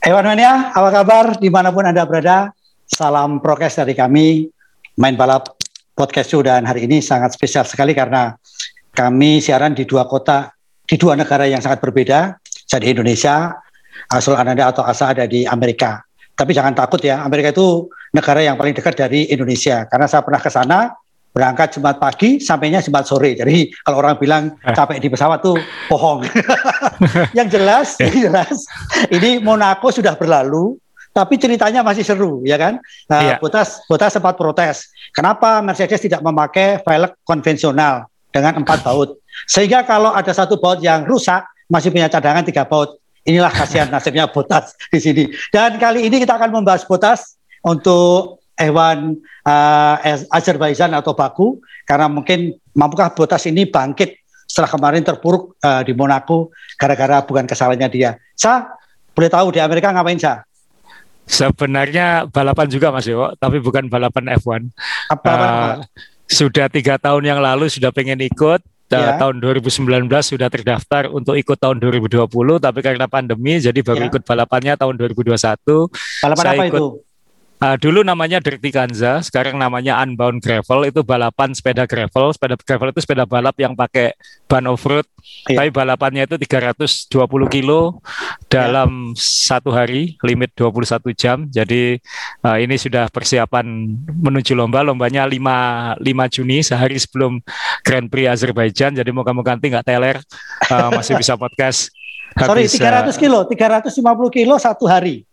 Ewan Mania, apa kabar dimanapun Anda berada? Salam prokes dari kami, Main Balap Podcast Show, dan hari ini sangat spesial sekali karena kami siaran di dua kota, di dua negara yang sangat berbeda. Saya di Indonesia, Asul Ananda atau Asa ada di Amerika. Tapi jangan takut ya, Amerika itu negara yang paling dekat dari Indonesia. Karena saya pernah ke sana, berangkat Jumat pagi, sampainya Jumat sore. Jadi kalau orang bilang capek di pesawat tuh bohong. Yang jelas, ini Monaco sudah berlalu, tapi ceritanya masih seru, ya kan? Iya. Bottas sempat protes. Kenapa Mercedes tidak memakai velg konvensional dengan 4 baut? Sehingga kalau ada satu baut yang rusak, masih punya cadangan 3 baut. Inilah kasihan nasibnya Bottas di sini. Dan kali ini kita akan membahas Bottas untuk F1 Azerbaijan atau Baku, karena mungkin mampukah Bottas ini bangkit setelah kemarin terpuruk di Monaco gara-gara bukan kesalahannya dia. Sa, boleh tahu di Amerika ngapain, Sa? Sebenarnya balapan juga Mas Dewo, tapi bukan balapan F1. Apa? Sudah 3 tahun yang lalu sudah pengen ikut. Tahun 2019 sudah terdaftar untuk ikut tahun 2020, tapi karena pandemi jadi baru ikut balapannya tahun 2021. Balapan apa itu? Dulu namanya Dirty Kanza, sekarang namanya Unbound Gravel. Itu balapan sepeda gravel. Sepeda gravel itu sepeda balap yang pakai ban off-road. Tapi balapannya itu 320 kilo dalam 1 hari, limit 21 jam. Jadi ini sudah persiapan menuju lomba. Lombanya 5 Juni, sehari sebelum Grand Prix Azerbaijan. Jadi moga-moga nanti nggak teler, masih bisa podcast. Sorry, 300 kilo, 350 kilo 1 hari.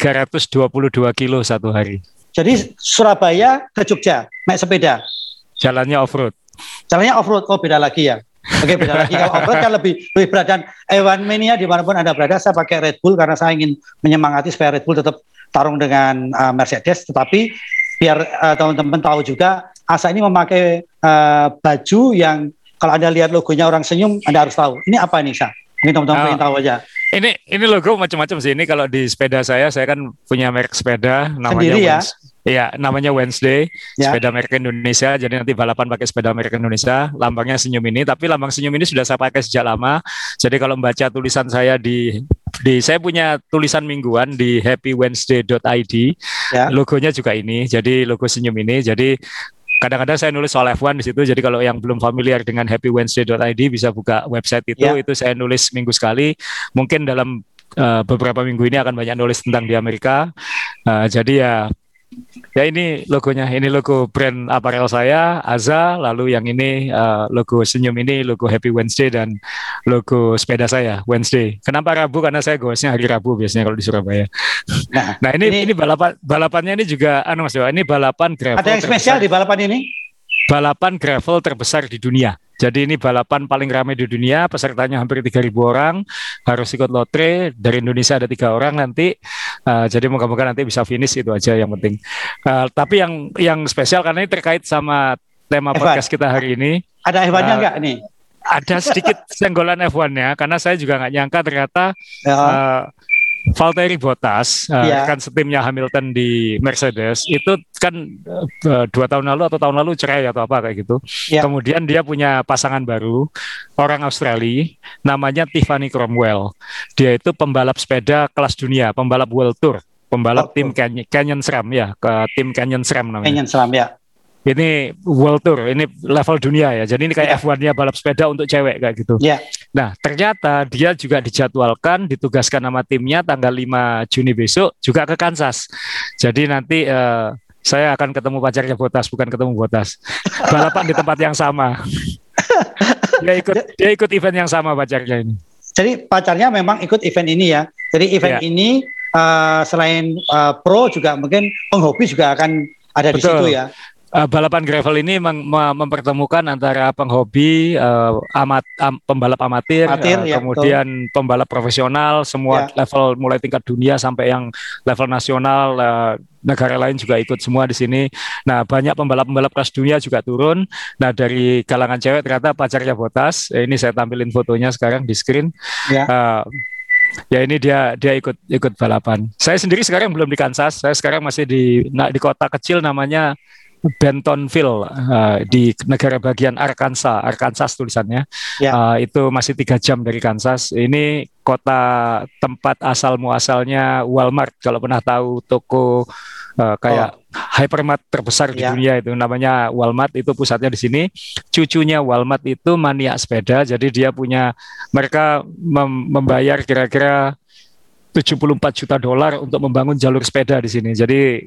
322 kilo 1 hari. Jadi Surabaya ke Jogja naik sepeda. Jalannya off-road. Jalannya off-road, beda lagi ya. Oke, beda lagi. Kalau off-road kan lebih berat. Dan F1 Mania dimanapun Anda berada, saya pakai Red Bull karena saya ingin menyemangati supaya Red Bull tetap tarung dengan Mercedes. Tetapi biar teman-teman tahu juga, Asa ini memakai baju yang kalau Anda lihat logonya orang senyum, Anda harus tahu. Ini apa nih, Sa? Mungkin teman-teman pengen tahu aja. Ini logo macam-macam sih. Ini kalau di sepeda saya kan punya merek sepeda namanya sendiri ya? Iya, namanya Wednesday, sepeda merek Indonesia. Jadi nanti balapan pakai sepeda merek Indonesia. Lambangnya senyum ini, tapi lambang senyum ini sudah saya pakai sejak lama. Jadi kalau membaca tulisan saya saya punya tulisan mingguan di happywednesday.id. Logonya juga ini. Jadi logo senyum ini. Jadi kadang-kadang saya nulis soal F1 di situ. Jadi kalau yang belum familiar dengan happywednesday.id bisa buka website itu. Itu saya nulis minggu sekali. Mungkin dalam beberapa minggu ini akan banyak nulis tentang di Amerika. Jadi ya ini logonya. Ini logo brand apparel saya, Aza. Lalu yang ini logo senyum ini, logo Happy Wednesday, dan logo sepeda saya, Wednesday. Kenapa Rabu? Karena saya goesnya hari Rabu biasanya kalau di Surabaya. Nah ini balapannya ini juga, Mas Dewa, ini balapan gravel. Ada yang spesial di balapan ini? Balapan gravel terbesar di dunia. Jadi ini balapan paling ramai di dunia, pesertanya hampir 3.000 orang, harus ikut lotre. Dari Indonesia ada 3 orang nanti. Jadi moga-moga nanti bisa finish, itu aja yang penting. Tapi yang spesial karena ini terkait sama tema podcast kita hari ini. Ada F1-nya nggak nih? Ada sedikit senggolan F1-nya, karena saya juga nggak nyangka ternyata Valtteri Bottas, kan setimnya Hamilton di Mercedes, itu kan 2 tahun lalu atau tahun lalu cerai atau apa kayak gitu. Kemudian dia punya pasangan baru, orang Australia, namanya Tiffany Cromwell. Dia itu pembalap sepeda kelas dunia, pembalap World Tour, pembalap tim Canyon SRAM tim Canyon SRAM namanya. Canyon SRAM ya. Ini World Tour, ini level dunia ya. Jadi ini kayak F1-nya balap sepeda untuk cewek kayak gitu. Nah, ternyata dia juga dijadwalkan, ditugaskan sama timnya tanggal 5 Juni besok juga ke Kansas. Jadi nanti saya akan ketemu pacarnya Bottas, bukan ketemu Bottas. Balapan di tempat yang sama. Dia ikut event yang sama pacarnya ini. Jadi pacarnya memang ikut event ini ya. Jadi event ini selain pro juga mungkin penghobi juga akan ada di situ ya. Balapan gravel ini mempertemukan antara penghobi, pembalap amatir, kemudian pembalap profesional, semua level mulai tingkat dunia sampai yang level nasional, negara lain juga ikut semua di sini. Nah, banyak pembalap-pembalap kelas dunia juga turun. Nah, dari kalangan cewek ternyata pacarnya Bottas. Ini saya tampilin fotonya sekarang di screen. Ya ini dia ikut balapan. Saya sendiri sekarang belum di Kansas. Saya sekarang masih di kota kecil namanya Bentonville di negara bagian Arkansas tulisannya. Itu masih 3 jam dari Kansas. Ini kota tempat asal muasalnya Walmart. Kalau pernah tahu toko kayak hypermart terbesar di dunia itu namanya Walmart, itu pusatnya di sini. Cucunya Walmart itu maniak sepeda, jadi dia mereka membayar kira-kira $74 juta untuk membangun jalur sepeda di sini. Jadi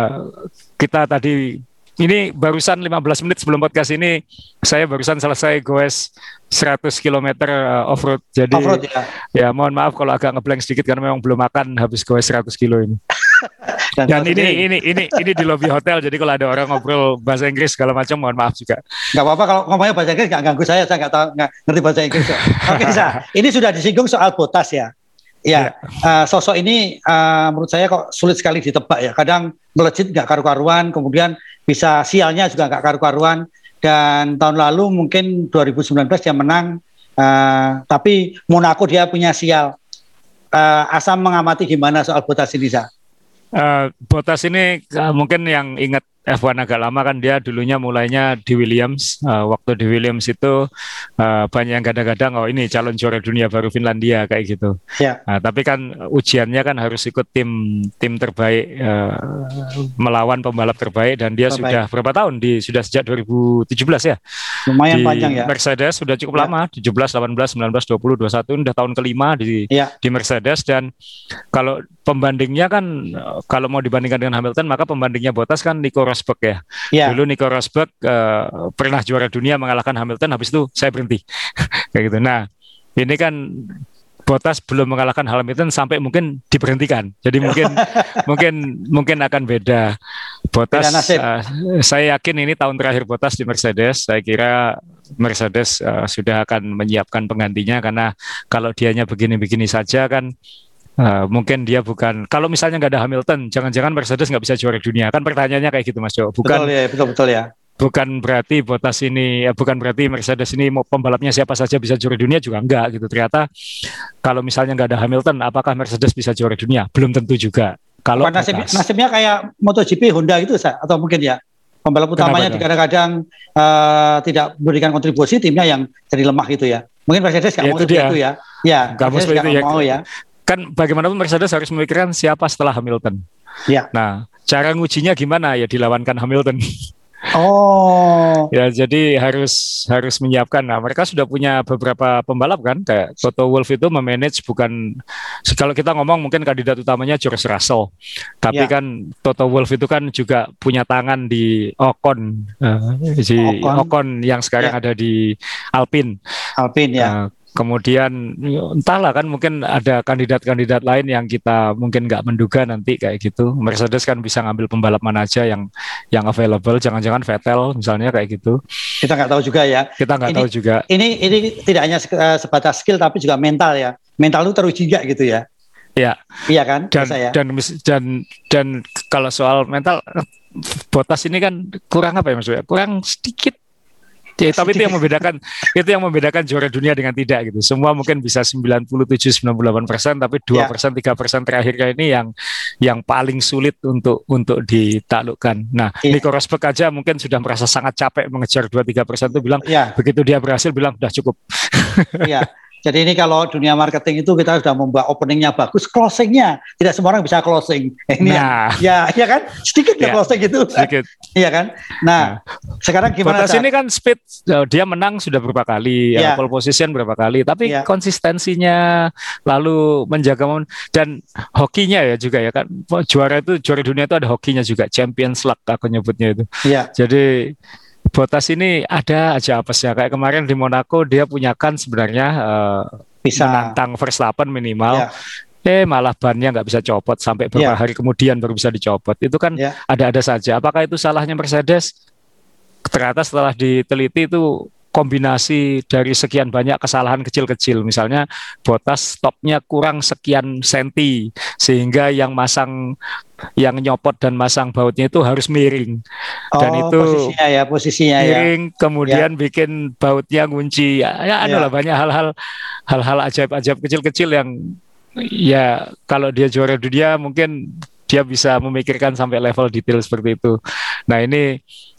kita tadi ini barusan 15 menit sebelum podcast ini saya barusan selesai goes 100 km off-road. Jadi ya mohon maaf kalau agak ngeblank sedikit karena memang belum makan habis goes 100 kilo ini. Dan ini di lobby hotel, jadi kalau ada orang ngobrol bahasa Inggris segala macam mohon maaf juga. Nggak apa-apa kalau ngomongnya bahasa Inggris, nggak ganggu saya nggak ngerti bahasa Inggris. Oke, ini sudah disinggung soal Bottas ya. Ya, sosok ini menurut saya kok sulit sekali ditebak ya. Kadang melejit nggak karu-karuan, kemudian bisa sialnya juga nggak karu-karuan. Dan tahun lalu mungkin 2019 dia menang, tapi Monaco dia punya sial. Asam mengamati gimana soal Bottas ini, Sa? Bottas ini mungkin yang ingat F1 agak lama kan, dia dulunya mulainya di Williams. Waktu di Williams itu banyak yang kadang-kadang ini calon juara dunia baru Finlandia kayak gitu. Tapi kan ujiannya kan harus ikut tim terbaik, melawan pembalap terbaik, dan dia sudah berapa tahun sudah sejak 2017 ya. Lumayan panjang ya. Mercedes sudah cukup lama, 17, 18, 19, 20, 21 udah tahun kelima di Mercedes. Dan kalau pembandingnya kan kalau mau dibandingkan dengan Hamilton, maka pembandingnya Bottas kan Nico Rosberg ya. Dulu Nico Rosberg pernah juara dunia mengalahkan Hamilton, habis itu saya berhenti. Kayak gitu. Nah, ini kan Bottas belum mengalahkan Hamilton sampai mungkin diberhentikan. Jadi mungkin akan beda. Bottas, saya yakin ini tahun terakhir Bottas di Mercedes. Saya kira Mercedes sudah akan menyiapkan penggantinya, karena kalau dianya begini-begini saja kan mungkin dia bukan, kalau misalnya nggak ada Hamilton, jangan-jangan Mercedes nggak bisa juara dunia, kan pertanyaannya kayak gitu Mas Jo. Betul ya. Bukan berarti Bottas ini, bukan berarti Mercedes ini mau pembalapnya siapa saja bisa juara dunia, juga enggak gitu. Ternyata kalau misalnya nggak ada Hamilton, apakah Mercedes bisa juara dunia? Belum tentu juga. Kalau nasibnya kayak MotoGP Honda gitu, atau mungkin ya pembalap utamanya kadang-kadang tidak memberikan kontribusi, timnya yang jadi lemah gitu ya. Mungkin Mercedes nggak mau seperti itu ya. Nggak mau seperti itu ya. Kan bagaimanapun Mercedes harus memikirkan siapa setelah Hamilton. Nah, cara ngujinya gimana ya, dilawankan Hamilton. Ya, jadi harus menyiapkan. Nah, mereka sudah punya beberapa pembalap kan, kayak Toto Wolff itu memanage, bukan, kalau kita ngomong mungkin kandidat utamanya George Russell, tapi kan Toto Wolff itu kan juga punya tangan di Ocon, Ocon yang sekarang ada di Alpine ya. Kemudian entahlah kan, mungkin ada kandidat-kandidat lain yang kita mungkin nggak menduga nanti kayak gitu. Mercedes kan bisa ngambil pembalap mana aja yang available, jangan-jangan Vettel misalnya kayak gitu. Kita nggak tahu juga ya. Tahu juga. Ini tidak hanya sebatas skill tapi juga mental ya. Mental itu teruji nggak gitu ya? Iya kan? Dan kalau soal mental, Bottas ini kan kurang apa ya maksudnya? Kurang sedikit. Ya, tapi itu yang membedakan juara dunia dengan tidak gitu. Semua mungkin bisa 97-98%, tapi 2%, 3% terakhirnya ini yang paling sulit untuk ditaklukkan. Nah, Nico Rosberg aja mungkin sudah merasa sangat capek mengejar 2-3% itu, bilang begitu dia berhasil bilang udah cukup. Jadi ini kalau dunia marketing itu kita sudah membuat openingnya bagus, closingnya tidak semua orang bisa closing. Ini ya kan, sedikit closing gitu. Sedikit. Iya kan. Nah, sekarang gimana? Bottas ini kan speed, dia menang sudah berapa kali, pole position berapa kali, tapi konsistensinya, lalu menjaga dan hokinya ya juga ya kan. Juara dunia itu ada hokinya juga, Champions Luck aku nyebutnya itu. Jadi Bottas ini ada aja apesnya. Kayak kemarin di Monaco dia punya kan sebenarnya bisa menantang Verstappen minimal. Malah bannya nggak bisa copot sampai beberapa hari kemudian baru bisa dicopot. Itu kan ada-ada saja. Apakah itu salahnya Mercedes? Ternyata setelah diteliti itu kombinasi dari sekian banyak kesalahan kecil-kecil. Misalnya Bottas stopnya kurang sekian senti, sehingga yang nyopot dan masang bautnya itu harus miring. Dan itu posisinya miring, kemudian bikin bautnya ngunci. Lah banyak hal-hal ajaib-ajaib kecil-kecil yang ya kalau dia juara dunia mungkin dia bisa memikirkan sampai level detail seperti itu. Nah, ini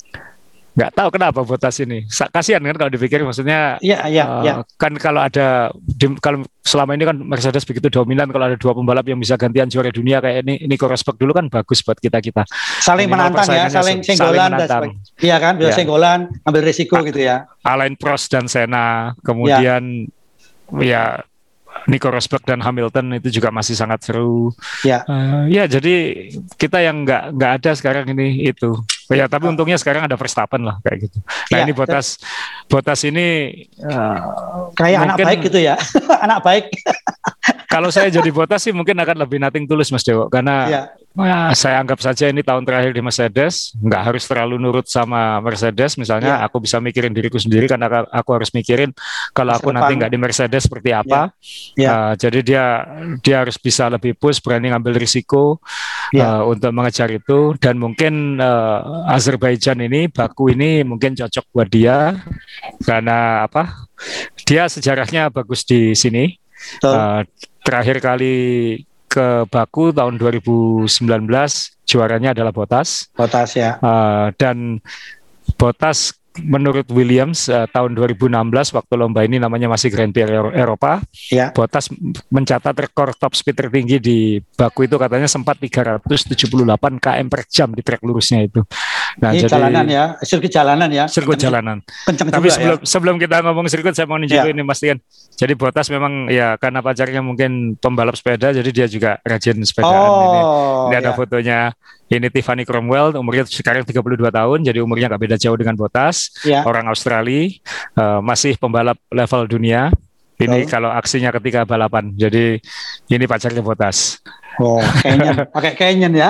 nggak tahu kenapa Bottas ini. Kasihan kan kalau dipikir, maksudnya kan kalau kalau selama ini kan Mercedes begitu dominan, kalau ada dua pembalap yang bisa gantian juara dunia kayak ini Nico Rosberg dulu kan bagus buat kita. Saling menantang ya, saling senggolan dan sebagainya. Iya kan, bisa senggolan, ambil risiko gitu ya. Alain Prost dan Senna, kemudian ya Nico Rosberg dan Hamilton itu juga masih sangat seru. Jadi kita yang nggak ada sekarang ini itu. Tapi untungnya sekarang ada Verstappen lah kayak gitu. Nah ini Bottas ini kayak anak baik gitu ya, anak baik. Kalau saya jadi Bottas sih mungkin akan lebih nothing tulus Mas Dewo, karena saya anggap saja ini tahun terakhir di Mercedes, nggak harus terlalu nurut sama Mercedes. Misalnya aku bisa mikirin diriku sendiri, karena aku harus mikirin kalau aku nanti nggak di Mercedes seperti apa. Jadi dia harus bisa lebih push, berani ngambil risiko untuk mengejar itu. Dan mungkin Azerbaijan ini, Baku ini mungkin cocok buat dia, karena dia sejarahnya bagus di sini. Terakhir kali ke Baku tahun 2019 juaranya adalah Bottas ya. Dan Bottas menurut Williams tahun 2016 waktu lomba ini namanya masih Grand Prix Eropa, Bottas mencatat rekor top speed tertinggi di Baku itu katanya sempat 378 km per jam di trek lurusnya itu. Nah, ini jadi jalanan ya, sirkuit jalanan ya. Sirkuit jalanan. Tapi sebelum kita ngomong sirkuit, saya mau nunjukin ini Mas Tian. Jadi Bottas memang ya karena pacarnya mungkin pembalap sepeda, jadi dia juga rajin sepedaan. Ini ada fotonya. Ini Tiffany Cromwell, umurnya sekarang 32 tahun, jadi umurnya nggak beda jauh dengan Bottas. Orang Australia, masih pembalap level dunia. Ini kalau aksinya ketika balapan. Jadi ini pacarnya Bottas. Canyon, pakai Canyon ya.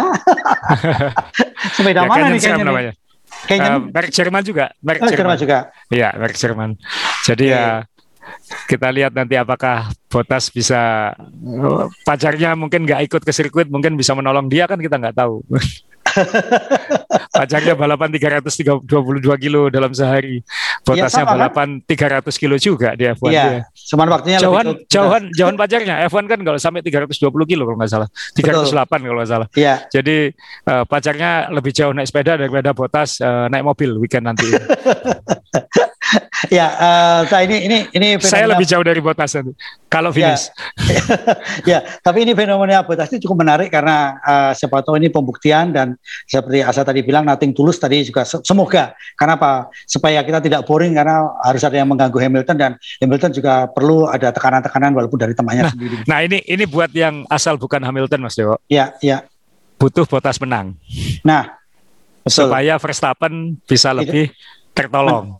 Sepeda mana nih Canyon namanya? Merek Jerman juga. Jerman juga. Iya, merek Jerman. Jadi kita lihat nanti apakah Bottas bisa, pacarnya mungkin nggak ikut ke sirkuit, mungkin bisa menolong dia, kan kita nggak tahu. Pacarnya balapan 322 kilo dalam sehari, Bottasnya balapan 300 kilo juga di F1. Cuman waktunya jauhan pacarnya. F1 kan kalau sampai 320 kilo kalau nggak salah, 308 kalau nggak salah. Jadi pacarnya lebih jauh naik sepeda daripada Bottas naik mobil weekend nanti. Ini saya lebih jauh dari Bottas nanti kalau finish. Tapi ini fenomena Bottas ini cukup menarik karena siapa tahu ini pembuktian, dan seperti Asa tadi bilang nothing tulus tadi juga, semoga. Karena apa? Supaya kita tidak boring, karena harus ada yang mengganggu Hamilton, dan Hamilton juga perlu ada tekanan-tekanan walaupun dari temannya sendiri. Nah ini buat yang asal bukan Hamilton Mas Dewo. Butuh Bottas menang. Nah, betul. Supaya Verstappen bisa lebih tertolong.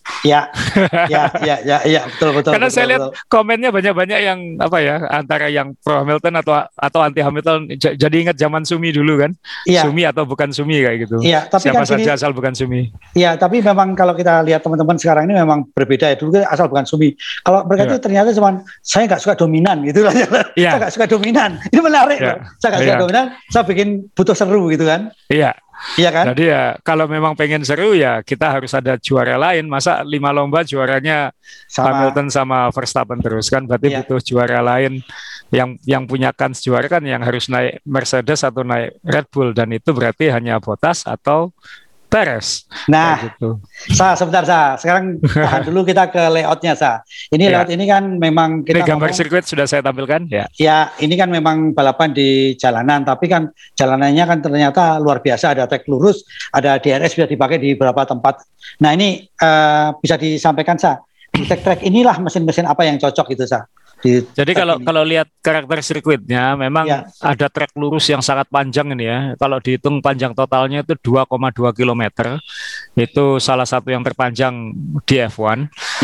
Betul. Karena saya lihat komennya banyak yang antara yang pro Hamilton atau anti Hamilton. Jadi ingat zaman Sumi dulu kan, Sumi atau bukan Sumi kayak gitu. Tapi siapa kan saja asal bukan Sumi. Tapi memang kalau kita lihat teman-teman sekarang ini memang berbeda ya. Dulu asal bukan Sumi. Kalau mereka itu ternyata cuman saya nggak suka dominan gitu lah. Saya nggak suka dominan. Ini menarik. Saya nggak suka dominan. Saya bikin butuh seru gitu kan. Iya kan? Jadi kalau memang pengen seru ya kita harus ada juara lain. Masa 5 lomba juaranya Hamilton sama Verstappen terus kan? Berarti butuh juara lain yang punya kans juara kan, yang harus naik Mercedes atau naik Red Bull, dan itu berarti hanya Bottas atau Perez. Nah, gitu. Sebentar sekarang tahan dulu, kita ke layoutnya Ini layout ini kan memang kita ini gambar sirkuit sudah saya tampilkan ini kan memang balapan di jalanan, tapi kan jalanannya kan ternyata luar biasa, ada trek lurus, ada DRS bisa dipakai di beberapa tempat. Nah ini bisa disampaikan di trek inilah mesin-mesin apa yang cocok gitu Jadi kalau lihat karakter sirkuitnya memang ada trek lurus yang sangat panjang ini ya. Kalau dihitung panjang totalnya itu 2,2 km. Itu salah satu yang terpanjang di F1.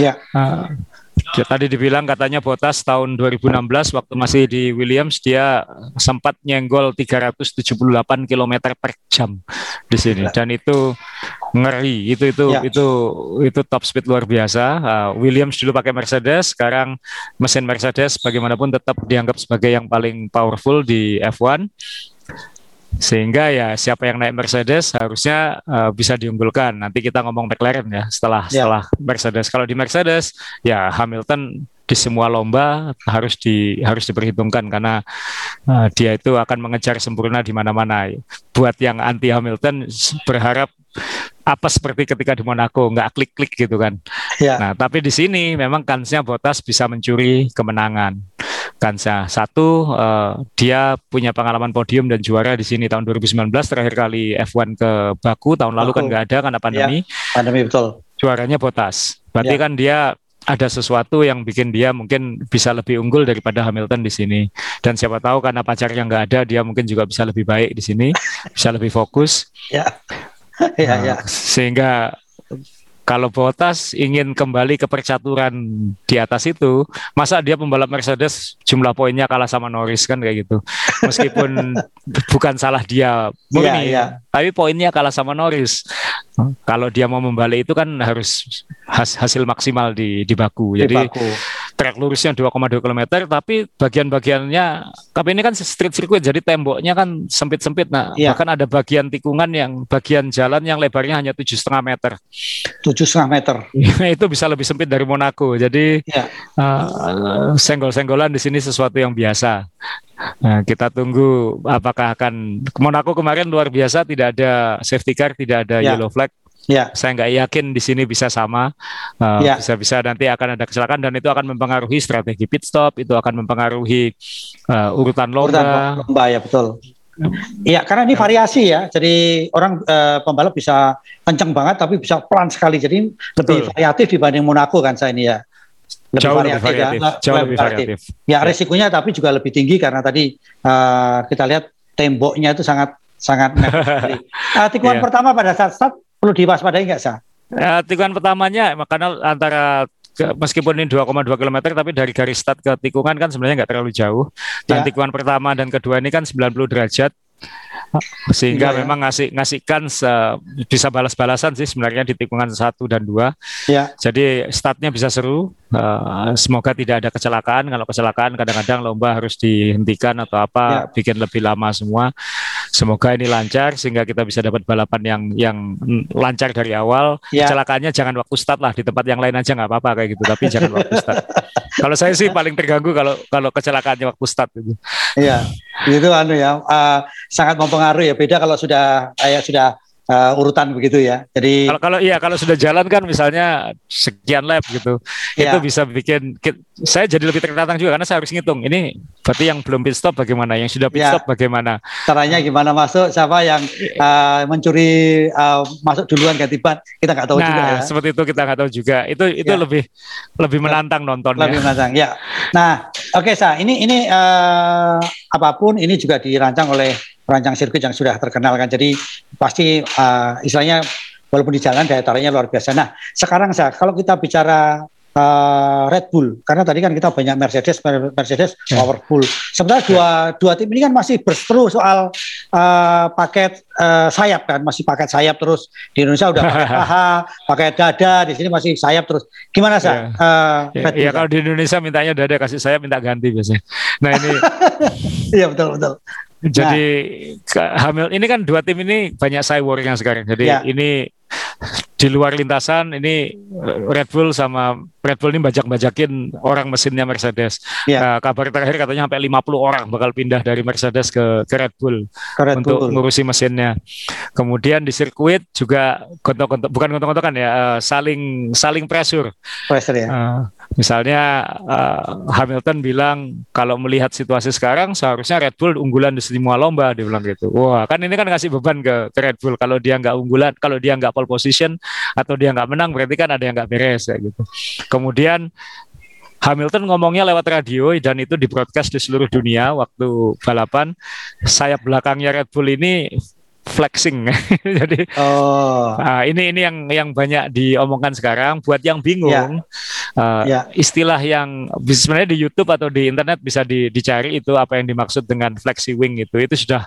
Tadi dibilang katanya Bottas tahun 2016 waktu masih di Williams dia sempat nyenggol 378 km per jam di sini, dan itu ngeri. Itu top speed luar biasa. Williams dulu pakai Mercedes, sekarang mesin Mercedes bagaimanapun tetap dianggap sebagai yang paling powerful di F1. Sehingga ya siapa yang naik Mercedes harusnya bisa diunggulkan. Nanti kita ngomong McLaren ya setelah Mercedes. Kalau di Mercedes ya Hamilton di semua lomba harus diperhitungkan, karena dia itu akan mengejar sempurna di mana-mana. Buat yang anti Hamilton berharap apa seperti ketika di Monaco, nggak klik-klik gitu kan. Ya. Nah, tapi di sini memang kansnya Bottas bisa mencuri kemenangan. Kansnya satu, dia punya pengalaman podium dan juara di sini tahun 2019, terakhir kali F1 ke Baku, tahun lalu kan nggak ada karena pandemi. Ya, pandemi betul. Juaranya Bottas. Berarti kan dia ada sesuatu yang bikin dia mungkin bisa lebih unggul daripada Hamilton di sini. Dan siapa tahu karena pacarnya nggak ada, dia mungkin juga bisa lebih baik di sini, bisa lebih fokus. Ya. Sehingga kalau Bottas ingin kembali ke percaturan di atas itu, masa dia pembalap Mercedes jumlah poinnya kalah sama Norris kan kayak gitu. Meskipun bukan salah dia murni, tapi poinnya kalah sama Norris. Kalau dia mau membalik itu kan harus hasil maksimal di Baku. Jadi trek lurusnya 2,2 km, tapi bagian-bagiannya, tapi ini kan street circuit, jadi temboknya kan sempit-sempit. Nah, bahkan ada bagian tikungan bagian jalan yang lebarnya hanya 7,5 meter. 7,5 meter. Itu bisa lebih sempit dari Monaco. Jadi senggol-senggolan di sini sesuatu yang biasa. Nah, kita tunggu apakah akan Monaco kemarin luar biasa, tidak ada safety car, tidak ada yellow flag. Saya nggak yakin di sini bisa sama, bisa-bisa nanti akan ada kecelakaan dan itu akan mempengaruhi strategi pit stop, itu akan mempengaruhi urutan lomba. Ya betul. Iya, karena ini variasi ya, jadi orang pembalap bisa kenceng banget tapi bisa pelan sekali, jadi lebih variatif dibanding Monaco kan saya ini ya. Jauh lebih variatif. Ya, resikonya tapi juga lebih tinggi karena tadi kita lihat temboknya itu sangat tikungan pertama pada saat start perlu diwaspadai nggak, Sa? Tikungan pertamanya karena antara meskipun ini 2,2 km tapi dari garis start ke tikungan kan sebenarnya nggak terlalu jauh. Dan tikungan pertama dan kedua ini kan 90 derajat. Sehingga memang ngasihkan bisa balas-balasan sih sebenarnya di tikungan 1 dan 2. Jadi startnya bisa seru. Semoga tidak ada kecelakaan. Kalau kecelakaan kadang-kadang lomba harus dihentikan atau apa, bikin lebih lama semua. Semoga ini lancar sehingga kita bisa dapat balapan yang lancar dari awal. Kecelakaannya jangan waktu start lah, di tempat yang lain aja nggak apa-apa kayak gitu, tapi jangan waktu start. Kalau saya sih paling terganggu kalau kecelakaannya waktu start gitu. Iya, itu sangat mempengaruhi ya. Beda kalau sudah urutan begitu ya. Jadi kalau sudah jalan kan misalnya sekian lap gitu, itu bisa bikin saya jadi lebih tertantang juga karena saya harus ngitung ini berarti yang belum pit stop bagaimana, yang sudah pit stop bagaimana, caranya gimana masuk, siapa yang mencuri masuk duluan ganti ban, kita nggak tahu juga ya. Seperti itu kita nggak tahu juga. Itu lebih menantang nontonnya. Lebih menantang ya. Nah, oke, Sa, ini apapun ini juga dirancang oleh perancang sirkuit yang sudah terkenal kan, jadi pasti istilahnya walaupun di jalan daya tariknya luar biasa. Nah, sekarang kalau kita bicara Red Bull, karena tadi kan kita banyak Mercedes powerful. Sementara dua tim ini kan masih berseteru soal paket sayap kan, masih paket sayap terus. Di Indonesia udah pakai paha, pakai dada, di sini masih sayap terus. Gimana Sa? Iya, kalau di Indonesia mintanya dada, kasih sayap minta ganti biasanya. Nah ini. Iya betul. Jadi Hamilton ini kan dua tim ini banyak cyborg-nya sekarang. Jadi ini di luar lintasan ini Red Bull ini bajak-bajakin orang mesinnya Mercedes. Kabar terakhir katanya sampai 50 orang bakal pindah dari Mercedes ke Red Bull untuk ngurusi mesinnya. Kemudian di sirkuit juga bukan gontok-gontokan ya, saling pressure ya. Misalnya Hamilton bilang kalau melihat situasi sekarang seharusnya Red Bull unggulan di semua lomba, dia bilang gitu. Wah, kan ini kan ngasih beban ke Red Bull, kalau dia nggak unggulan, kalau dia nggak pole position atau dia nggak menang berarti kan ada yang nggak beres ya gitu. Kemudian Hamilton ngomongnya lewat radio dan itu di-broadcast di seluruh dunia waktu balapan. Sayap belakangnya Red Bull ini flexing. Jadi ini yang banyak diomongkan sekarang. Buat yang bingung, istilah yang sebenarnya di YouTube atau di internet bisa dicari itu apa yang dimaksud dengan flexi wing itu sudah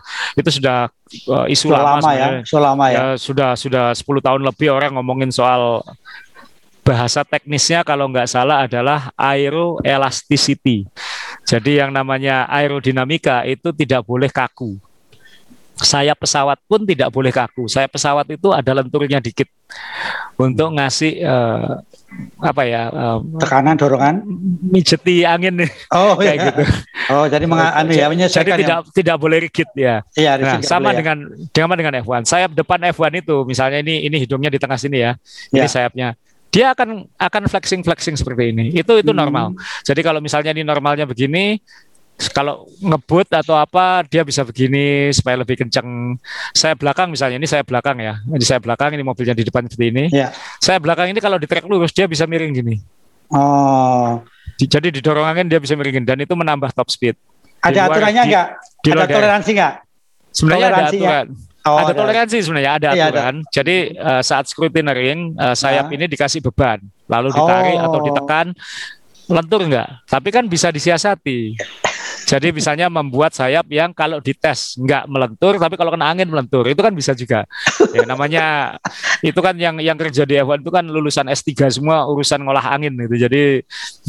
isu lama sebenarnya. Sudah 10 tahun lebih orang ngomongin soal, bahasa teknisnya kalau nggak salah adalah aeroelasticity. Jadi yang namanya aerodinamika itu tidak boleh kaku. Sayap pesawat pun tidak boleh kaku. Sayap pesawat itu ada lenturnya dikit. untuk ngasih apa ya, tekanan, dorongan, mijeti angin nih, kayak gitu. Oh, jadi menyesuaikan. Jadi tidak boleh rigid ya. Iya, nah, sama boleh, dengan F1. Sayap depan F1 itu, misalnya ini hidungnya di tengah sini ya. Ini sayapnya. Dia akan flexing seperti ini. Itu normal. Jadi kalau misalnya ini normalnya begini, kalau ngebut atau apa dia bisa begini supaya lebih kencang. Saya belakang misalnya, ini saya belakang ya. Ini saya belakang, ini mobilnya di depan seperti ini. Ya. Saya belakang ini kalau di trek lurus dia bisa miring gini. Oh. Jadi didorong angin dia bisa miringin, dan itu menambah top speed. Ada aturannya nggak? Ada toleransi nggak? Sebenarnya ada aturan. Ada toleransi sebenarnya, ada aturan. Jadi saat scrutineering sayap ini dikasih beban, lalu ditarik atau ditekan, lentur enggak? Tapi kan bisa disiasati. Jadi misalnya membuat sayap yang kalau dites nggak melentur, tapi kalau kena angin melentur, itu kan bisa juga. Ya, namanya itu kan yang kerja di F1 itu kan lulusan S3 semua urusan ngolah angin itu. Jadi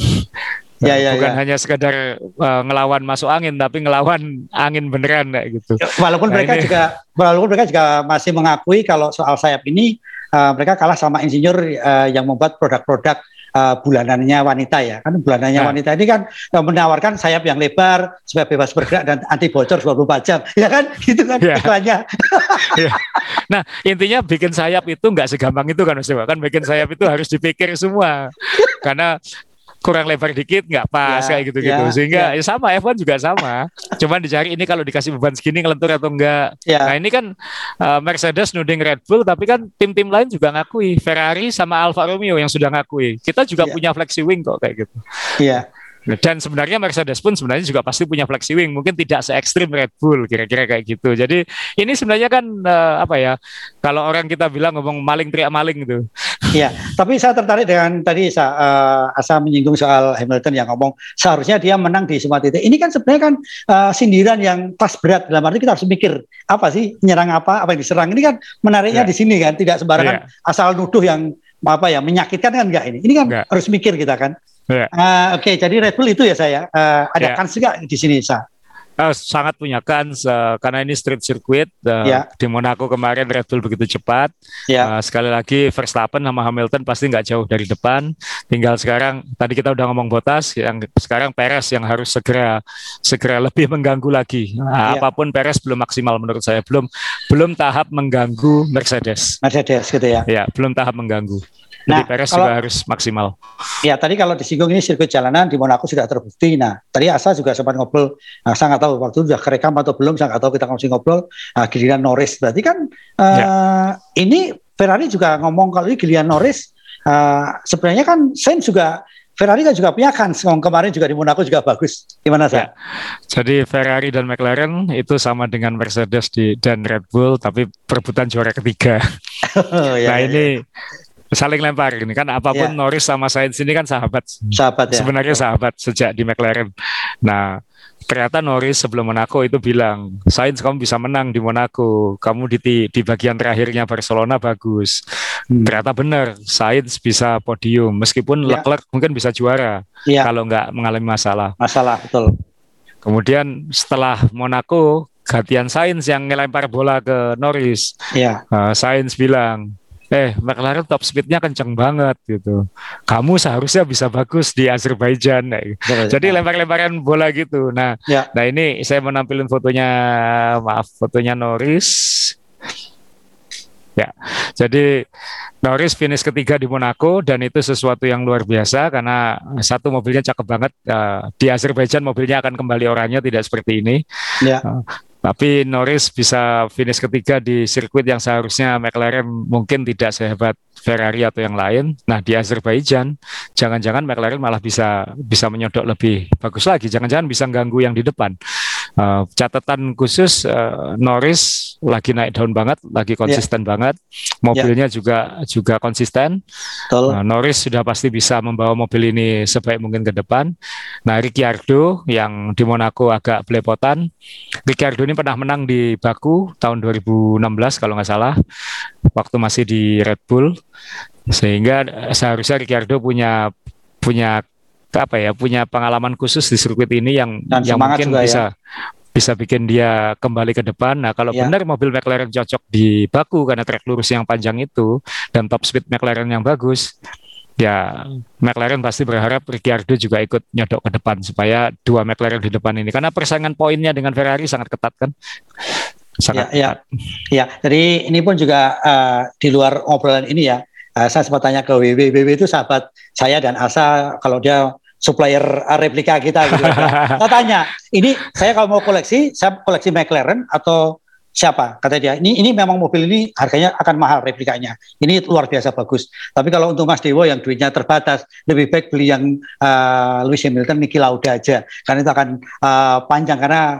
bukan hanya sekedar ngelawan masuk angin, tapi ngelawan angin beneran kayak gitu. Walaupun mereka juga masih mengakui kalau soal sayap ini mereka kalah sama insinyur yang membuat produk-produk bulanannya wanita ya. Kan bulanannya wanita ini kan menawarkan sayap yang lebar supaya bebas bergerak dan anti bocor 24 jam. Ya kan? Gitu kan iklannya. Nah, intinya bikin sayap itu nggak segampang itu kan Mas Dewa. Kan bikin sayap itu harus dipikir semua. Karena kurang lebar dikit nggak pas kayak gitu-gitu. Sehingga ya sama, F1 juga sama. Cuman dicari ini kalau dikasih beban segini ngelentur atau enggak. Nah ini kan Mercedes nuding Red Bull, tapi kan tim-tim lain juga ngakui. Ferrari sama Alfa Romeo yang sudah ngakui. Kita juga punya flexi wing kok kayak gitu. Iya. Dan sebenarnya Mercedes pun sebenarnya juga pasti punya flexi wing, mungkin tidak se ekstrim Red Bull, kira-kira kayak gitu. Jadi ini sebenarnya kan apa ya? Kalau orang kita bilang ngomong maling teriak maling gitu. Iya, tapi saya tertarik dengan tadi Asa menyinggung soal Hamilton yang ngomong seharusnya dia menang di semua titik. Ini kan sebenarnya kan sindiran yang pas berat, dalam arti kita harus mikir apa sih, menyerang apa yang diserang. Ini kan menariknya di sini kan, tidak sembarangan asal nuduh yang apa ya menyakitkan kan enggak ini. Ini kan harus mikir kita kan. Oke, jadi Red Bull itu ya saya ada kans juga di sini sangat punya kans karena ini street circuit di Monaco kemarin Red Bull begitu cepat. Sekali lagi Verstappen sama Hamilton pasti nggak jauh dari depan. Tinggal sekarang tadi kita udah ngomong Bottas, yang sekarang Perez yang harus segera lebih mengganggu lagi. Apapun Perez belum maksimal menurut saya, belum tahap mengganggu Mercedes gitu ya. Ya, belum tahap mengganggu. Jadi Perez juga harus maksimal. Ya, tadi kalau disinggung ini sirkuit jalanan di Monaco sudah terbukti. Nah, tadi Asa juga sempat ngobrol. Saya nggak tahu waktu itu sudah kerekam atau belum. Saya nggak tahu, kita ngobrol. Giliran Norris. Berarti kan ini Ferrari juga ngomong kalau ini giliran Norris. Sebenarnya kan Sainz juga, Ferrari kan juga punya kans. Kemarin juga di Monaco juga bagus. Gimana Sa? Jadi Ferrari dan McLaren itu sama dengan Mercedes dan Red Bull, tapi perebutan juara ketiga. Ini saling lempar ini kan, apapun Norris sama Sainz ini kan sahabat sebenarnya sahabat sejak di McLaren. Nah ternyata Norris sebelum Monaco itu bilang, Sainz kamu bisa menang di Monaco, kamu di bagian terakhirnya Barcelona bagus. Ternyata benar, Sainz bisa podium meskipun Leclerc mungkin bisa juara kalau nggak mengalami masalah betul. Kemudian setelah Monaco gantian Sainz yang ngelempar bola ke Norris. Sainz bilang, McLaren top speednya kenceng banget gitu. Kamu seharusnya bisa bagus di Azerbaijan. Jadi lempar-lemparan bola gitu. Nah ini saya mau nampilin fotonya Norris. Ya, jadi Norris finish ketiga di Monaco dan itu sesuatu yang luar biasa karena satu, mobilnya cakep banget. Di Azerbaijan mobilnya akan kembali oranye, tidak seperti ini. Tapi Norris bisa finish ketiga di sirkuit yang seharusnya McLaren mungkin tidak sehebat Ferrari atau yang lain. Nah di Azerbaijan, jangan-jangan McLaren malah bisa menyodok lebih bagus lagi. Jangan-jangan bisa ganggu yang di depan. Catatan khusus, Norris lagi naik daun banget, lagi konsisten banget. Mobilnya juga konsisten. Norris sudah pasti bisa membawa mobil ini sebaik mungkin ke depan. Nah Ricciardo yang di Monaco agak belepotan. Ricciardo ini pernah menang di Baku tahun 2016 kalau nggak salah, waktu masih di Red Bull. Sehingga seharusnya Ricciardo punya pengalaman khusus di sirkuit ini yang mungkin bisa bisa bikin dia kembali ke depan. Nah, kalau benar mobil McLaren cocok di Baku karena trek lurus yang panjang itu dan top speed McLaren yang bagus, ya McLaren pasti berharap Ricciardo juga ikut nyodok ke depan supaya dua McLaren di depan ini, karena persaingan poinnya dengan Ferrari sangat ketat kan. Sangat ketat. Ya. Jadi ini pun juga di luar obrolan ini ya, saya sempat tanya ke WW itu sahabat saya dan Asa, kalau dia supplier replika kita gitu. Saya tanya, ini saya kalau mau koleksi, saya koleksi McLaren atau siapa? Kata dia, ini memang mobil ini harganya akan mahal replikanya. Ini luar biasa bagus. Tapi kalau untuk Mas Dewo yang duitnya terbatas, lebih baik beli yang Lewis Hamilton, Niki Lauda aja. Karena itu akan panjang, karena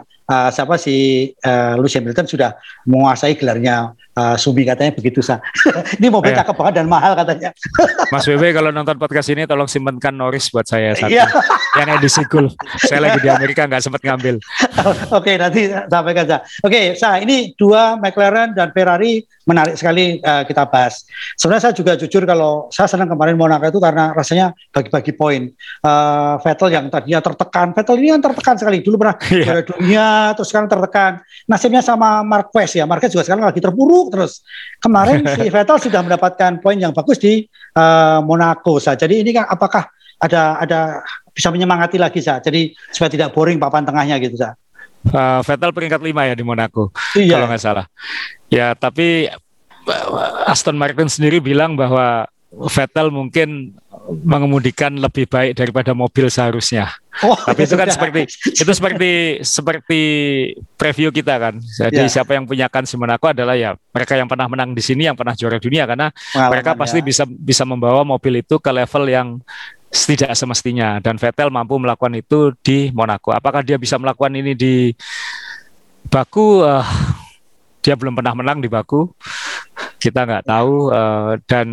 Lewis Hamilton sudah menguasai gelarnya Sumi, katanya begitu sah. Ini mobil cakep banget dan mahal katanya. Mas WW kalau nonton podcast ini tolong simpenkan Norris buat saya satu. Yang edisi Gulf. Saya lagi di Amerika nggak sempat ngambil. Oke, nanti sampaikan saja. Oke, ini dua McLaren dan Ferrari menarik sekali kita bahas. Sebenarnya saya juga jujur kalau saya senang kemarin Monaco itu karena rasanya bagi-bagi poin. Vettel yang tadinya tertekan, Vettel ini kan tertekan sekali. Dulu pernah juara dunia, terus sekarang tertekan. Nasibnya sama Marquez ya. Marquez juga sekarang lagi terpuruk terus. Kemarin si Vettel sudah mendapatkan poin yang bagus di Monaco. Jadi ini kan apakah ada bisa menyemangati lagi jadi supaya tidak boring papan tengahnya gitu Vettel peringkat 5 ya di Monaco kalau nggak salah ya, tapi Aston Martin sendiri bilang bahwa Vettel mungkin mengemudikan lebih baik daripada mobil seharusnya. Tapi itu kan seperti preview kita kan. Jadi siapa yang punya kans di Monaco adalah ya mereka yang pernah menang di sini, yang pernah juara dunia, karena mereka pasti bisa membawa mobil itu ke level yang tidak semestinya, dan Vettel mampu melakukan itu di Monaco. Apakah dia bisa melakukan ini di Baku? Dia belum pernah menang di Baku, kita nggak tahu, dan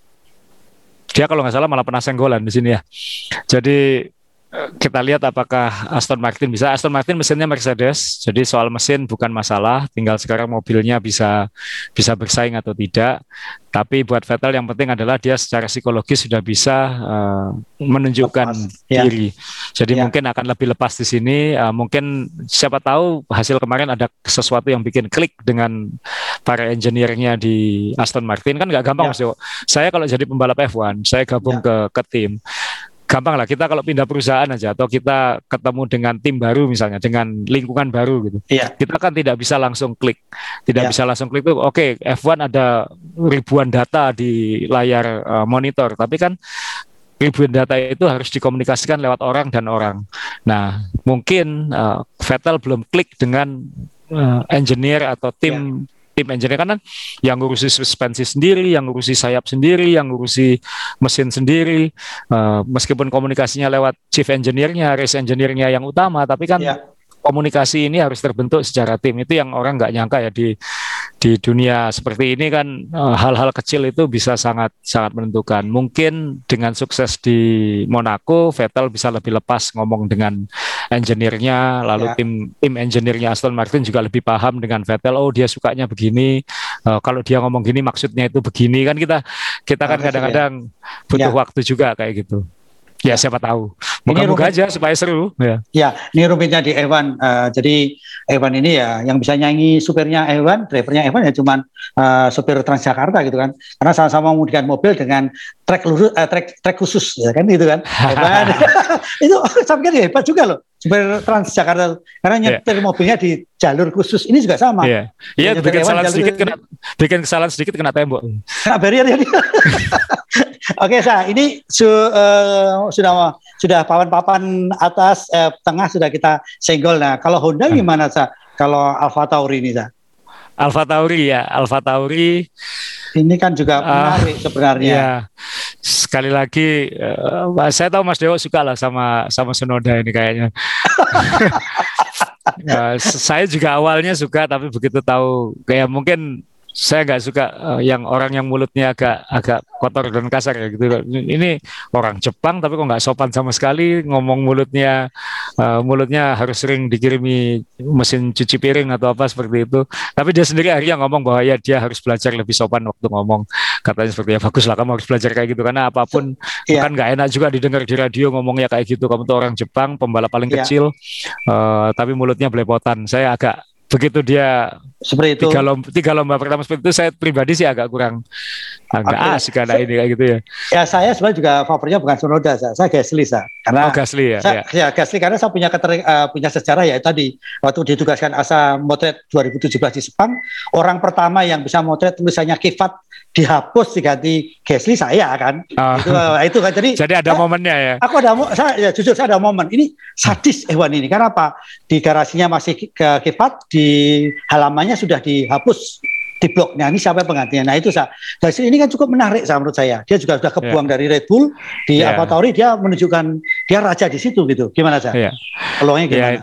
dia kalau nggak salah malah pernah senggolan di sini ya. Jadi kita lihat apakah Aston Martin bisa. Aston Martin mesinnya Mercedes, jadi soal mesin bukan masalah, tinggal sekarang mobilnya bisa bersaing atau tidak. Tapi buat Vettel yang penting adalah dia secara psikologis sudah bisa menunjukkan diri. Jadi mungkin akan lebih lepas di sini. Mungkin siapa tahu hasil kemarin ada sesuatu yang bikin klik dengan para engineer-nya di Aston Martin. Kan nggak gampang Mas Dewo. Saya kalau jadi pembalap F1, saya gabung ke tim. Gampang lah, kita kalau pindah perusahaan aja atau kita ketemu dengan tim baru misalnya, dengan lingkungan baru gitu, kita kan tidak bisa langsung klik, bisa langsung klik tuh. Oke, F1 ada ribuan data di layar monitor, tapi kan ribuan data itu harus dikomunikasikan lewat orang dan orang. Nah, mungkin Vettel belum klik dengan engineer atau tim engineer, karena yang ngurusi suspensi sendiri, yang ngurusi sayap sendiri, yang ngurusi mesin sendiri, meskipun komunikasinya lewat chief engineer-nya, race engineer-nya yang utama, tapi kan komunikasi ini harus terbentuk secara tim. Itu yang orang nggak nyangka ya di dunia seperti ini kan, hal-hal kecil itu bisa sangat menentukan. Mungkin dengan sukses di Monaco, Vettel bisa lebih lepas ngomong dengan engineer-nya, lalu tim engineer-nya Aston Martin juga lebih paham dengan Vettel. Oh, dia sukanya begini, kalau dia ngomong gini maksudnya itu begini, kan kita kan kadang-kadang butuh waktu juga kayak gitu. Ya siapa tahu. Moga-moga aja supaya seru. Ya, ini rumitnya di F1. Jadi F1 ini ya yang bisa nyanyi supirnya F1, drivernya F1 ya cuman supir Transjakarta gitu kan. Karena sama-sama mengemudikan mobil dengan trek khusus ya kan gitu kan. F1 itu saya pikir hebat juga loh. Supir Transjakarta karena nyetir mobilnya di jalur khusus. Ini juga sama. Iya, bikin kesalahan sedikit kena tembok. Kena barrier ya. Oke, ini sudah papan atas, tengah sudah kita senggol. Nah, kalau Honda gimana kalau Alfa Tauri ini Alfa Tauri ini kan juga menarik sebenarnya. Ya, sekali lagi saya tahu Mas Dewo suka lah sama Tsunoda ini kayaknya. Saya juga awalnya suka, tapi begitu tahu kayak mungkin saya nggak suka yang orang yang mulutnya agak kotor dan kasar ya gitu. Ini orang Jepang tapi kok nggak sopan sama sekali, ngomong mulutnya harus sering dikirimi mesin cuci piring atau apa seperti itu. Tapi dia sendiri akhirnya ngomong bahwa ya dia harus belajar lebih sopan waktu ngomong. katanya seperti ya bagus lah kamu harus belajar kayak gitu karena apapun kan nggak enak juga didengar di radio ngomongnya kayak gitu, kamu tuh orang Jepang pembalap paling kecil tapi mulutnya belepotan. Saya agak begitu dia seperti itu tiga lomba pertama seperti itu, saya pribadi sih agak asik karena ini kayak gitu ya. Ya saya sebenarnya juga favoritnya bukan Tsunoda, saya Gasly karena Gasly ya. Gasly karena saya punya sejarah ya tadi waktu ditugaskan ASA motret 2017 di Sepang, orang pertama yang bisa motret tulisannya Kvyat dihapus diganti Gasly saya kan. Itu kan jadi ada momennya ya. Jujur saya ada momen ini sadis Ewan ini karena apa, di garasinya masih ke Kvyat, di halamannya sudah dihapus di blok. Nah ini siapa penggantinya? Nah itu Gasly ini kan cukup menarik menurut saya. Dia juga sudah kebuang dari Red Bull di AlphaTauri, dia menunjukkan dia raja di situ gitu. Gimana peluangnya gimana?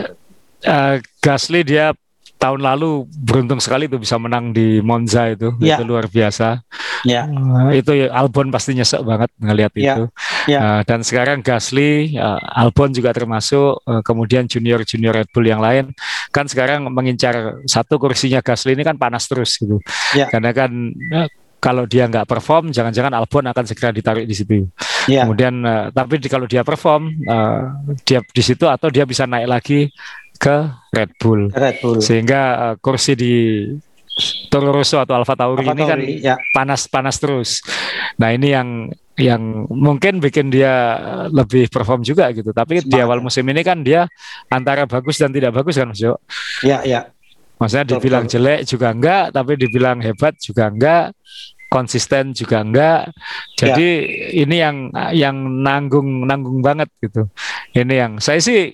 Gasly dia tahun lalu beruntung sekali tuh bisa menang di Monza itu luar biasa. Itu Albon pasti nyesek banget ngelihat itu. Dan sekarang Gasly, Albon juga termasuk, kemudian junior Red Bull yang lain kan sekarang mengincar satu kursinya Gasly ini kan panas terus gitu. Karena kan kalau dia nggak perform, jangan-jangan Albon akan segera ditarik di situ. Kemudian tapi kalau dia perform, dia di situ atau dia bisa naik lagi ke Red Bull. Sehingga kursi di Toro Rosso atau AlphaTauri ini kan panas terus. Nah ini yang mungkin bikin dia lebih perform juga gitu. Tapi di awal musim ini kan dia antara bagus dan tidak bagus kan Mas Jo? Maksudnya dibilang jelek juga enggak, tapi dibilang hebat juga enggak, konsisten juga enggak. Jadi ini yang nanggung banget gitu. Ini yang saya sih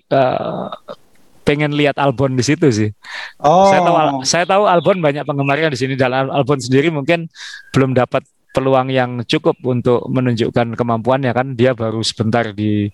pengen lihat Albon di situ sih. Saya tahu Albon banyak penggemarnya di sini, dan Albon sendiri mungkin belum dapat peluang yang cukup untuk menunjukkan kemampuannya kan. Dia baru sebentar di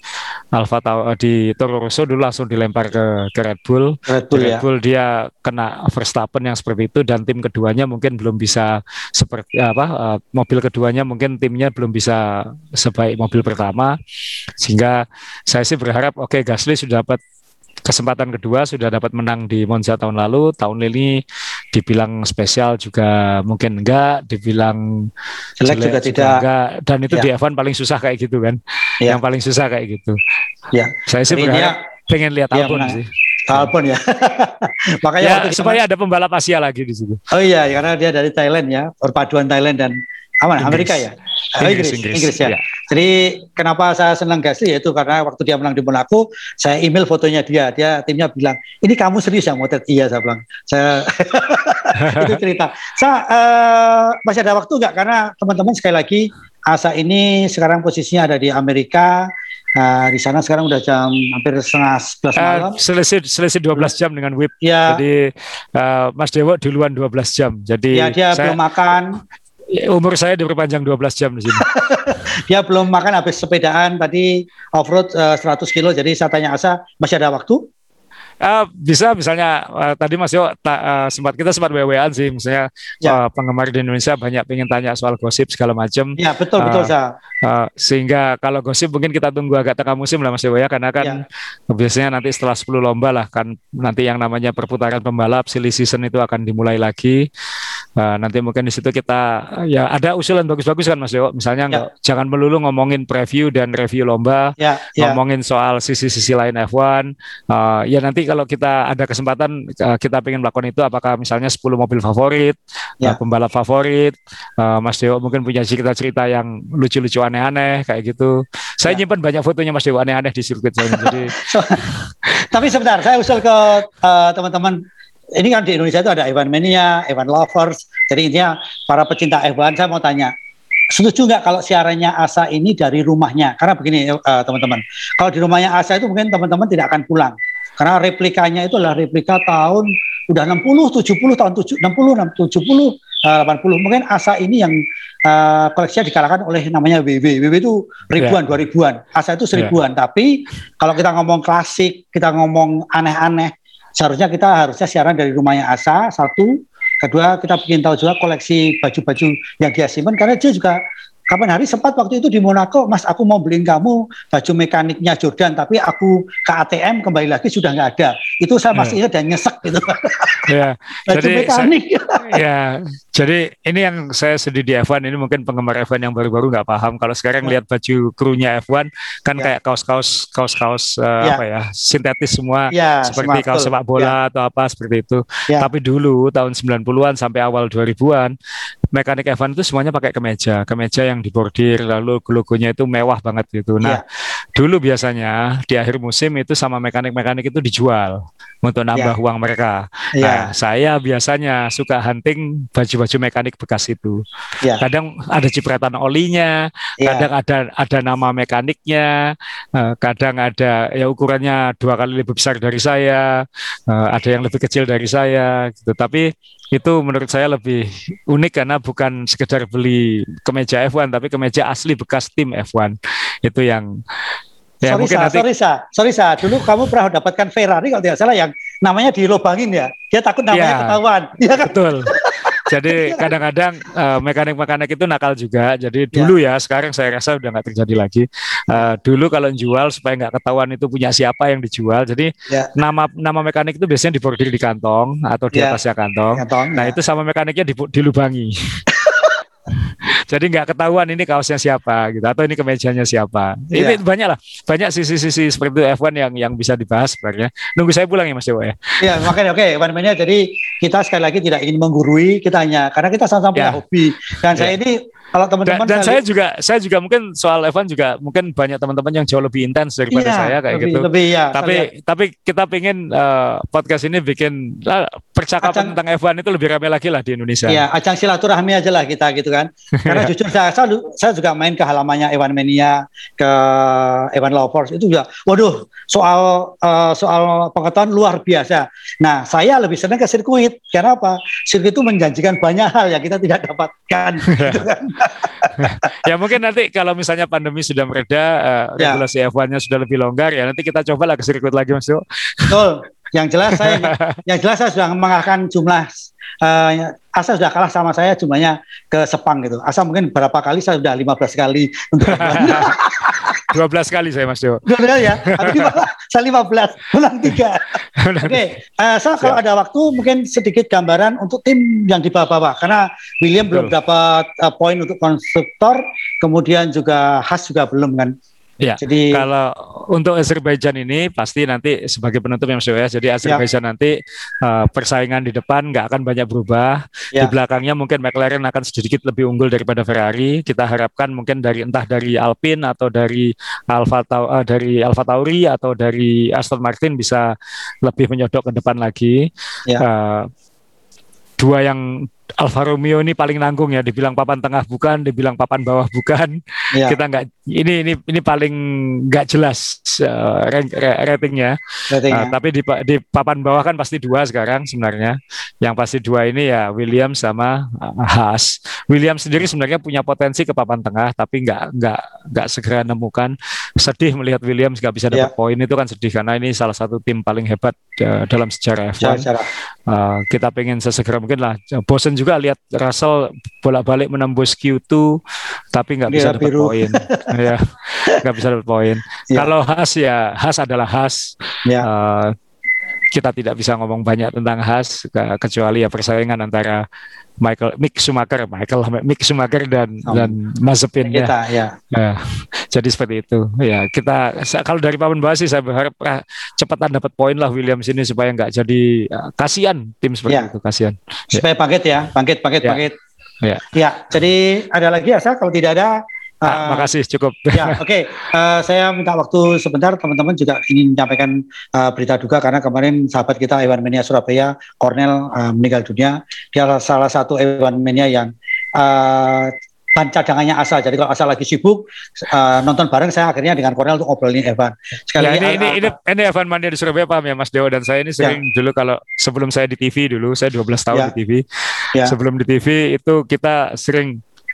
di Toro Rosso dulu langsung dilempar ke Red Bull. Red Bull dia kena Verstappen yang seperti itu, dan tim keduanya mungkin belum bisa seperti mobil keduanya mungkin timnya belum bisa sebaik mobil pertama. Sehingga saya sih berharap Gasly sudah dapat kesempatan kedua, sudah dapat menang di Monza tahun lalu. Tahun ini dibilang spesial juga mungkin enggak, dibilang jelek juga tidak enggak. Dan itu di F1 paling susah kayak gitu kan. Yang paling susah kayak gitu. Saya sih berharap pengen lihat Albon sih. Albon ya. Makanya supaya ada pembalap Asia lagi di situ. Oh iya, karena dia dari Thailand ya, perpaduan Thailand dan Amerika ya. Inggris ya. Jadi kenapa saya senang Gasly yaitu karena waktu dia menang di Monaco, saya email fotonya dia timnya bilang, ini kamu serius ya motret? Iya, saya bilang. Itu cerita. Masih ada waktu nggak? Karena teman-teman sekali lagi ASA ini sekarang posisinya ada di Amerika. Di sana sekarang udah jam hampir setengah 11 malam. Selisih 12 jam dengan WIB. Jadi Mas Dewo duluan 12 jam. Jadi dia belum makan. Umur saya diperpanjang 12 jam di sini. Dia belum makan, habis sepedaan tadi off-road 100 kilo. Jadi saya tanya Asa, masih ada waktu? Bisa misalnya tadi Mas Yo kita sempat WA-an sih, misalnya penggemar di Indonesia banyak pengen tanya soal gosip segala macam. Ya betul sehingga kalau gosip mungkin kita tunggu agak tengah musim lah Mas Yo ya, karena kan biasanya nanti setelah 10 lomba lah kan nanti yang namanya perputaran pembalap silly season itu akan dimulai lagi. Nanti mungkin di situ kita ada usulan bagus-bagus kan Mas Yo, misalnya jangan melulu ngomongin preview dan review lomba, ngomongin soal sisi-sisi lain F1. Nanti kalau kita ada kesempatan kita pengen melakukan itu, apakah misalnya 10 mobil favorit, pembalap favorit, Mas Dewo mungkin punya cerita-cerita yang lucu-lucu aneh-aneh kayak gitu. Saya nyimpan banyak fotonya Mas Dewo aneh-aneh di sirkuit saya. Jadi tapi sebentar, saya usul ke teman-teman. Ini kan di Indonesia itu ada F1 Mania, F1 Lovers. Jadi intinya para pecinta F1, saya mau tanya, setuju nggak kalau siarannya ASA ini dari rumahnya? Karena begini teman-teman, kalau di rumahnya ASA itu mungkin teman-teman tidak akan pulang. Karena replikanya itu adalah replika tahun udah 60, 70, tahun 60, 70, 80. Mungkin ASA ini yang koleksinya dikalahkan oleh namanya WW. WW itu ribuan, 2000-an. ASA itu 1000-an. Tapi kalau kita ngomong klasik, kita ngomong aneh-aneh, seharusnya kita siaran dari rumahnya ASA, satu. Kedua, kita ingin tahu juga koleksi baju-baju yang dia simpan, karena dia juga kapan hari sempat waktu itu di Monaco, Mas aku mau beliin kamu baju mekaniknya Jordan, tapi aku ke ATM kembali lagi sudah nggak ada. itu saya masih ingat dan nyesek gitu. Ya, baju mekanik. Ya, jadi ini yang saya sedih di F1 ini, mungkin penggemar F1 yang baru-baru nggak paham. Kalau sekarang lihat baju krunya F1 kan kayak kaos apa ya, sintetis semua, seperti kaos sepak bola atau apa seperti itu. Tapi dulu tahun 90-an sampai awal 2000-an mekanik F1 itu semuanya pakai kemeja yang dibordir, lalu logonya itu mewah banget gitu. Nah, dulu biasanya di akhir musim itu sama mekanik-mekanik itu dijual untuk nambah uang mereka. Nah, saya biasanya suka hunting baju-baju mekanik bekas itu. Kadang ada cipratan olinya, kadang ada nama mekaniknya, kadang ada ya ukurannya 2 kali lebih besar dari saya, ada yang lebih kecil dari saya gitu. Tapi itu menurut saya lebih unik karena bukan sekedar beli kemeja F1 tapi kemeja asli bekas tim F1. Itu yang ya, sorry Sa, dulu kamu pernah dapatkan Ferrari kalau tidak salah yang namanya dilobangin ya. Dia takut namanya ketahuan. Ya kan? Betul. Jadi kadang-kadang mekanik-mekanik itu nakal juga. Jadi dulu sekarang saya rasa udah nggak terjadi lagi. Dulu kalau jual supaya nggak ketahuan itu punya siapa yang dijual. Jadi nama mekanik itu biasanya dibordir di kantong atau di atasnya kantong. Nah itu sama mekaniknya dilubangi. Jadi nggak ketahuan ini kaosnya siapa gitu atau ini kemejanya siapa. Ini banyak sisi-sisi seperti itu F1 yang bisa dibahas sebenarnya. Nunggu saya pulang ya Mas Dewo ya. Iya, makanya F1-nya jadi kita sekali lagi tidak ingin menggurui, kita hanya karena kita sama-sama punya hobi. Dan saya ini kalau teman-teman dan saya juga mungkin soal F1 juga mungkin banyak teman-teman yang jauh lebih intens daripada saya kayak gitu. Tapi kita pengen podcast ini bikin percakapan tentang F1 itu lebih ramai lagi lah di Indonesia. Iya, ajang silaturahmi aja lah kita gitu kan. Karena jujur saya juga main ke halamannya F1 Mania, ke F1 Lovers itu juga, waduh, soal pengetahuan luar biasa. Nah, saya lebih senang ke sirkuit. Karena apa? Sirkuit itu menjanjikan banyak hal yang kita tidak dapatkan. Gitu kan. Ya mungkin nanti kalau misalnya pandemi sudah mereda, regulasi F1-nya sudah lebih longgar ya nanti kita cobalah ke sirkuit lagi Mas Dewo. Betul. Yang jelas saya sudah mengalahkan jumlah Asa sudah kalah sama saya jumlahnya ke Sepang gitu. Asa mungkin berapa kali, saya sudah 15 kali untuk 12 kali saya Mas Dewo. 12 kali ya. Tapi saya 15, menang 3. Oke, Asa kalau ada waktu mungkin sedikit gambaran untuk tim yang di bawah-bawah karena William belum dapat poin untuk konstruktor, kemudian juga Haas juga belum kan. Ya, jadi kalau untuk Azerbaijan ini pasti nanti sebagai penutup ya Mas Dewo ya. Jadi Azerbaijan nanti persaingan di depan nggak akan banyak berubah. Di belakangnya mungkin McLaren akan sedikit lebih unggul daripada Ferrari. Kita harapkan mungkin entah dari Alpine atau dari Alfa Tauri atau dari Aston Martin bisa lebih menyodok ke depan lagi. Dua yang Alfa Romeo ini paling nanggung ya, dibilang papan tengah bukan, dibilang papan bawah bukan. Kita nggak ini paling nggak jelas ratingnya. Tapi di papan bawah kan pasti 2 sekarang sebenarnya. Yang pasti 2 ini ya Williams sama Haas. Williams sendiri sebenarnya punya potensi ke papan tengah, tapi nggak segera nemukan. Sedih melihat Williams nggak bisa dapat poin, itu kan sedih karena ini salah satu tim paling hebat dalam sejarah F1. Kita pengen sesegera mungkin lah. Bosen juga lihat Russell bolak-balik menembus Q2 tapi nggak bisa dapat poin. Ya, nggak bisa dapat poin. Kalau Haas adalah Haas. Kita tidak bisa ngomong banyak tentang Haas kecuali ya persaingan antara Mick Schumacher dan Mazepin ya. Jadi seperti itu ya. Kita kalau dari papan bawah sih saya berharap cepatan dapat poin lah Williams ini supaya nggak jadi kasihan tim seperti itu, kasihan supaya bangkit. Ya, jadi ada lagi ya kalau tidak ada. Makasih cukup. Oke. Saya minta waktu sebentar, teman-teman juga ingin menyampaikan berita duka karena kemarin sahabat kita F1 Mania Surabaya, Cornel meninggal dunia. Dia salah satu F1 Mania yang ban cadangannya Asa. Jadi kalau Asa lagi sibuk nonton bareng, saya akhirnya dengan Cornel untuk ngobrolin F1. Ini F1 Mania di Surabaya paham ya Mas Dewo, dan saya ini sering dulu kalau sebelum saya di TV dulu, saya 12 tahun di TV. Sebelum di TV itu kita sering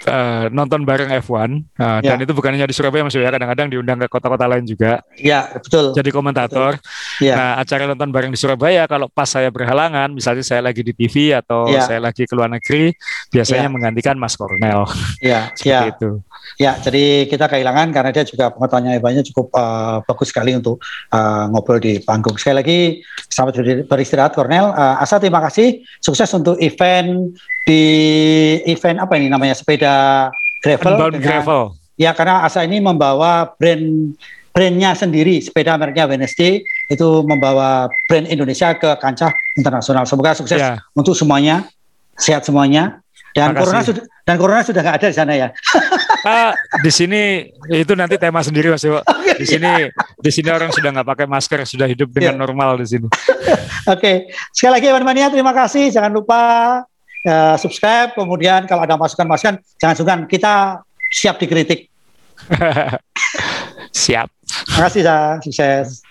nonton bareng F1 dan itu bukan hanya di Surabaya Mas, ya, kadang-kadang diundang ke kota-kota lain juga. Ya, betul. Jadi komentator. Ya. Nah, acara nonton bareng di Surabaya kalau pas saya berhalangan, misalnya saya lagi di TV atau saya lagi ke luar negeri, biasanya menggantikan Mas Kornel. Ya, seperti itu. Ya, jadi kita kehilangan karena dia juga pengetahuannya banyak cukup bagus sekali untuk ngobrol di panggung. Sekali lagi selamat beristirahat Kornel. Asa terima kasih, sukses untuk event apa ini namanya, sepeda gravel. Gravel. Ya, karena Asa ini membawa brandnya sendiri, sepeda mereknya Wednesday itu membawa brand Indonesia ke kancah internasional. Semoga sukses untuk semuanya, sehat semuanya. Dan corona sudah nggak ada di sana ya. Di sini itu nanti tema sendiri Mas Dewo. Di sini orang sudah nggak pakai masker, sudah hidup dengan normal di sini. Oke. Sekali lagi Mania terima kasih. Jangan lupa subscribe. Kemudian kalau ada masukan jangan sungkan, kita siap dikritik. Siap. Terima kasih, sukses.